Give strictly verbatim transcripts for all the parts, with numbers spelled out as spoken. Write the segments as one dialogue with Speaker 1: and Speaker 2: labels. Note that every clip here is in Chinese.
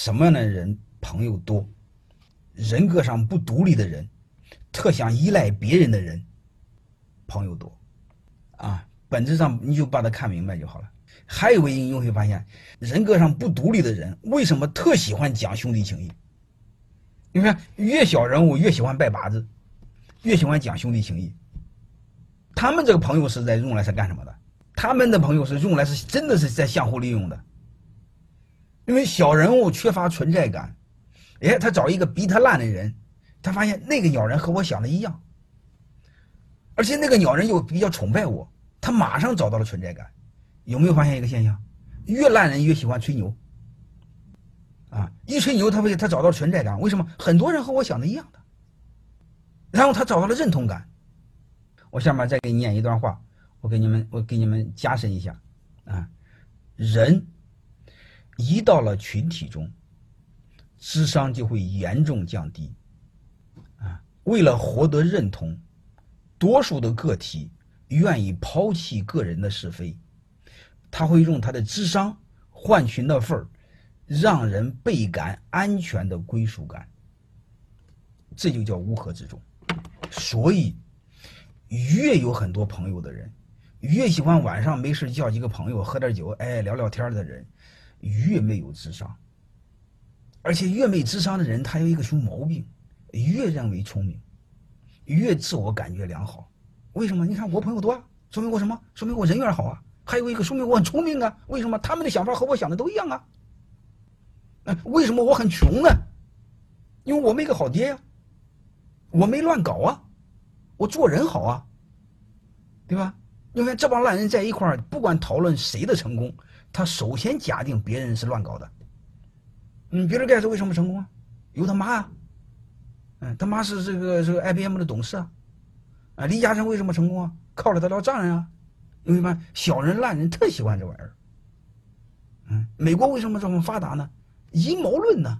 Speaker 1: 什么样的人朋友多？人格上不独立的人，特想依赖别人的人，朋友多。啊，本质上你就把它看明白就好了。还有一个应用会发现，人格上不独立的人为什么特喜欢讲兄弟情谊？你看，越小人物越喜欢拜把子，越喜欢讲兄弟情谊。他们这个朋友是在用来是干什么的？他们的朋友是用来是真的是在相互利用的。因为小人物缺乏存在感，哎，他找一个比他烂的人，他发现那个鸟人和我想的一样，而且那个鸟人又比较崇拜我，他马上找到了存在感。有没有发现一个现象？越烂人越喜欢吹牛啊！一吹牛他会他找到了存在感，为什么？很多人和我想的一样的，然后他找到了认同感。我下面再给你念一段话，我给你们我给你们加深一下啊，人一到了群体中，智商就会严重降低啊！为了获得认同，多数的个体愿意抛弃个人的是非，他会用他的智商换取那份让人倍感安全的归属感，这就叫乌合之众。所以越有很多朋友的人，越喜欢晚上没事叫几个朋友喝点酒，哎，聊聊天的人，越没有智商。而且越没智商的人，他有一个熊毛病，越认为聪明，越自我感觉良好。为什么？你看我朋友多啊，说明我什么？说明我人缘好啊。还有一个说明我很聪明啊。为什么？他们的想法和我想的都一样啊。哎，为什么我很穷呢？因为我没个好爹呀、啊，我没乱搞啊，我做人好啊，对吧？因为这帮烂人在一块儿，不管讨论谁的成功，他首先假定别人是乱搞的。嗯，比尔盖茨为什么成功啊？有他妈啊，嗯，他妈是这个这个 I B M 的董事啊。啊，李嘉诚为什么成功啊？靠了他老丈人啊。因为什么？小人烂人特喜欢这玩意儿。嗯，美国为什么这么发达呢？阴谋论呢？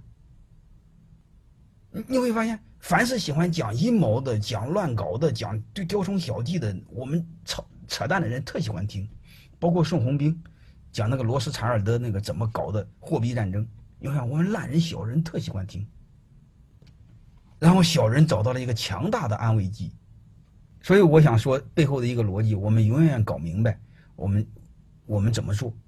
Speaker 1: 你会发现，凡是喜欢讲阴谋的、讲乱搞的、讲对雕虫小技的，我们扯扯淡的人特喜欢听。包括宋鸿兵讲那个罗斯柴尔德那个怎么搞的货币战争，你看我们烂人小人特喜欢听。然后小人找到了一个强大的安慰剂。所以我想说背后的一个逻辑，我们永远搞明白我们我们怎么做。